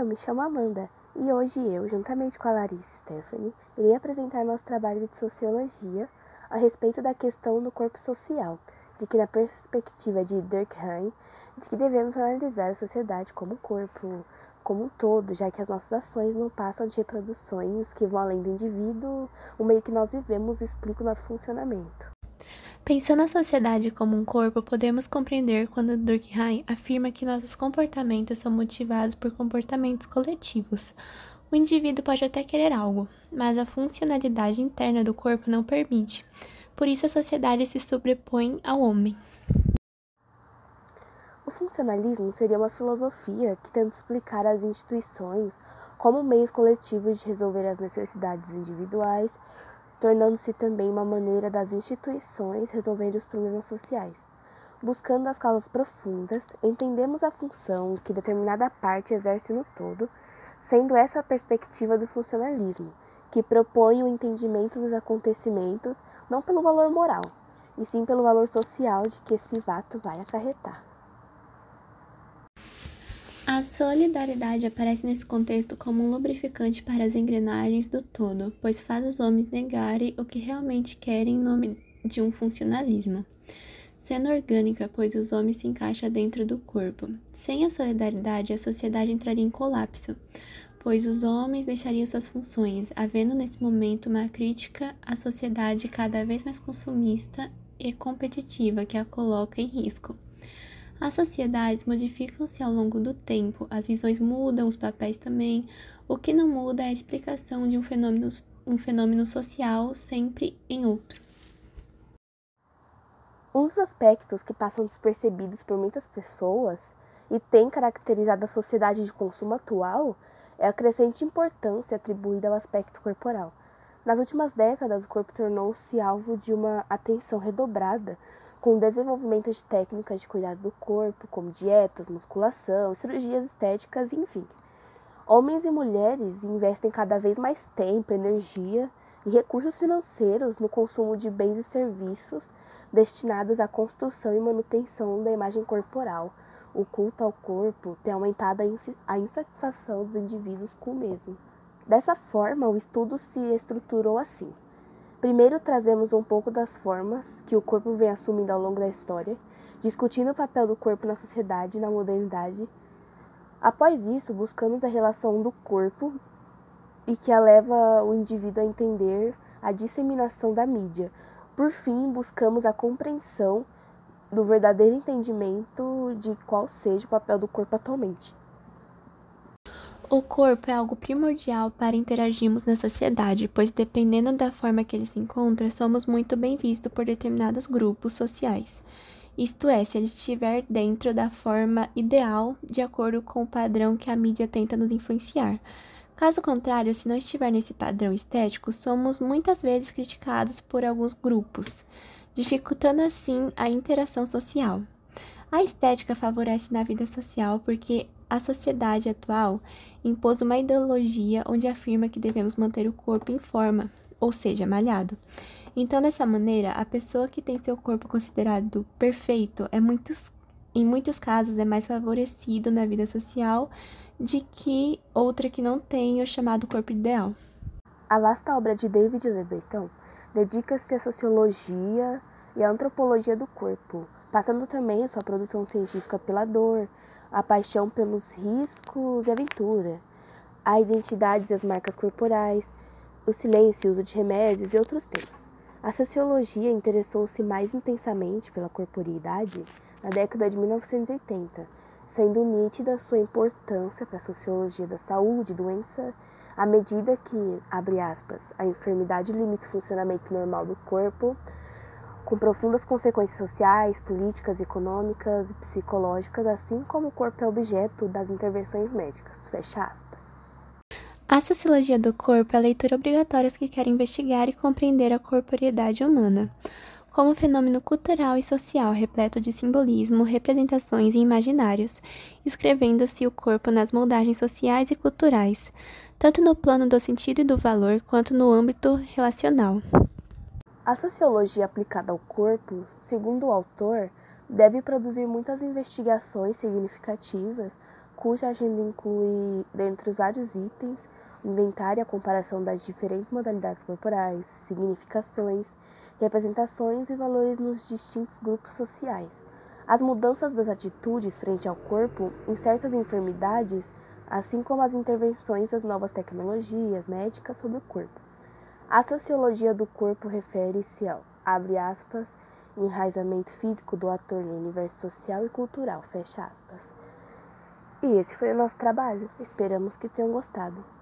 eu me chamo Amanda e hoje eu, juntamente com a Larissa e Stephanie, irei apresentar nosso trabalho de sociologia a respeito da questão do corpo social, de que na perspectiva de Durkheim, de que devemos analisar a sociedade como um corpo, como um todo, já que as nossas ações não passam de reproduções que vão além do indivíduo, o meio que nós vivemos explica o nosso funcionamento. Pensando a sociedade como um corpo, podemos compreender quando Durkheim afirma que nossos comportamentos são motivados por comportamentos coletivos. O indivíduo pode até querer algo, mas a funcionalidade interna do corpo não permite. Por isso, a sociedade se sobrepõe ao homem. O funcionalismo seria uma filosofia que tenta explicar as instituições como meios coletivos de resolver as necessidades individuais, tornando-se também uma maneira das instituições resolverem os problemas sociais. Buscando as causas profundas, entendemos a função que determinada parte exerce no todo, sendo essa a perspectiva do funcionalismo, que propõe o entendimento dos acontecimentos não pelo valor moral, e sim pelo valor social de que esse ato vai acarretar. A solidariedade aparece nesse contexto como um lubrificante para as engrenagens do todo, pois faz os homens negarem o que realmente querem em nome de um funcionalismo. Sendo orgânica, pois os homens se encaixam dentro do corpo. Sem a solidariedade, a sociedade entraria em colapso, pois os homens deixariam suas funções, havendo nesse momento uma crítica à sociedade cada vez mais consumista e competitiva que a coloca em risco. As sociedades modificam-se ao longo do tempo, as visões mudam, os papéis também. O que não muda é a explicação de um fenômeno social sempre em outro. Um dos aspectos que passam despercebidos por muitas pessoas e tem caracterizado a sociedade de consumo atual é a crescente importância atribuída ao aspecto corporal. Nas últimas décadas, o corpo tornou-se alvo de uma atenção redobrada com o desenvolvimento de técnicas de cuidado do corpo, como dietas, musculação, cirurgias estéticas, enfim. Homens e mulheres investem cada vez mais tempo, energia e recursos financeiros no consumo de bens e serviços destinados à construção e manutenção da imagem corporal. O culto ao corpo tem aumentado a insatisfação dos indivíduos com o mesmo. Dessa forma, o estudo se estruturou assim. Primeiro, trazemos um pouco das formas que o corpo vem assumindo ao longo da história, discutindo o papel do corpo na sociedade e na modernidade. Após isso, buscamos a relação do corpo e que a leva o indivíduo a entender a disseminação da mídia. Por fim, buscamos a compreensão do verdadeiro entendimento de qual seja o papel do corpo atualmente. O corpo é algo primordial para interagirmos na sociedade, pois dependendo da forma que ele se encontra, somos muito bem vistos por determinados grupos sociais. Isto é, se ele estiver dentro da forma ideal, de acordo com o padrão que a mídia tenta nos influenciar. Caso contrário, se não estiver nesse padrão estético, somos muitas vezes criticados por alguns grupos, dificultando assim a interação social. A estética favorece na vida social porque a sociedade atual impôs uma ideologia onde afirma que devemos manter o corpo em forma, ou seja, malhado. Então, dessa maneira, a pessoa que tem seu corpo considerado perfeito em muitos casos é mais favorecido na vida social de que outra que não tem o chamado corpo ideal. A vasta obra de David Le Breton dedica-se à sociologia e à antropologia do corpo, passando também sua produção científica pela dor, a paixão pelos riscos e aventura, a identidades e as marcas corporais, o silêncio e o uso de remédios e outros temas. A sociologia interessou-se mais intensamente pela corporeidade na década de 1980, sendo nítida sua importância para a sociologia da saúde e doença, à medida que, abre aspas, a enfermidade limita o funcionamento normal do corpo, com profundas consequências sociais, políticas, econômicas e psicológicas, assim como o corpo é objeto das intervenções médicas. Fecha aspas. A sociologia do corpo é a leitura obrigatória aos que querem investigar e compreender a corporeidade humana, como um fenômeno cultural e social repleto de simbolismo, representações e imaginários, escrevendo-se o corpo nas moldagens sociais e culturais, tanto no plano do sentido e do valor, quanto no âmbito relacional. A sociologia aplicada ao corpo, segundo o autor, deve produzir muitas investigações significativas cuja agenda inclui, dentre os vários itens, o inventário e a comparação das diferentes modalidades corporais, significações, representações e valores nos distintos grupos sociais. As mudanças das atitudes frente ao corpo em certas enfermidades, assim como as intervenções das novas tecnologias médicas sobre o corpo. A sociologia do corpo refere-se ao, abre aspas, enraizamento físico do ator no universo social e cultural, fecha aspas. E esse foi o nosso trabalho. Esperamos que tenham gostado.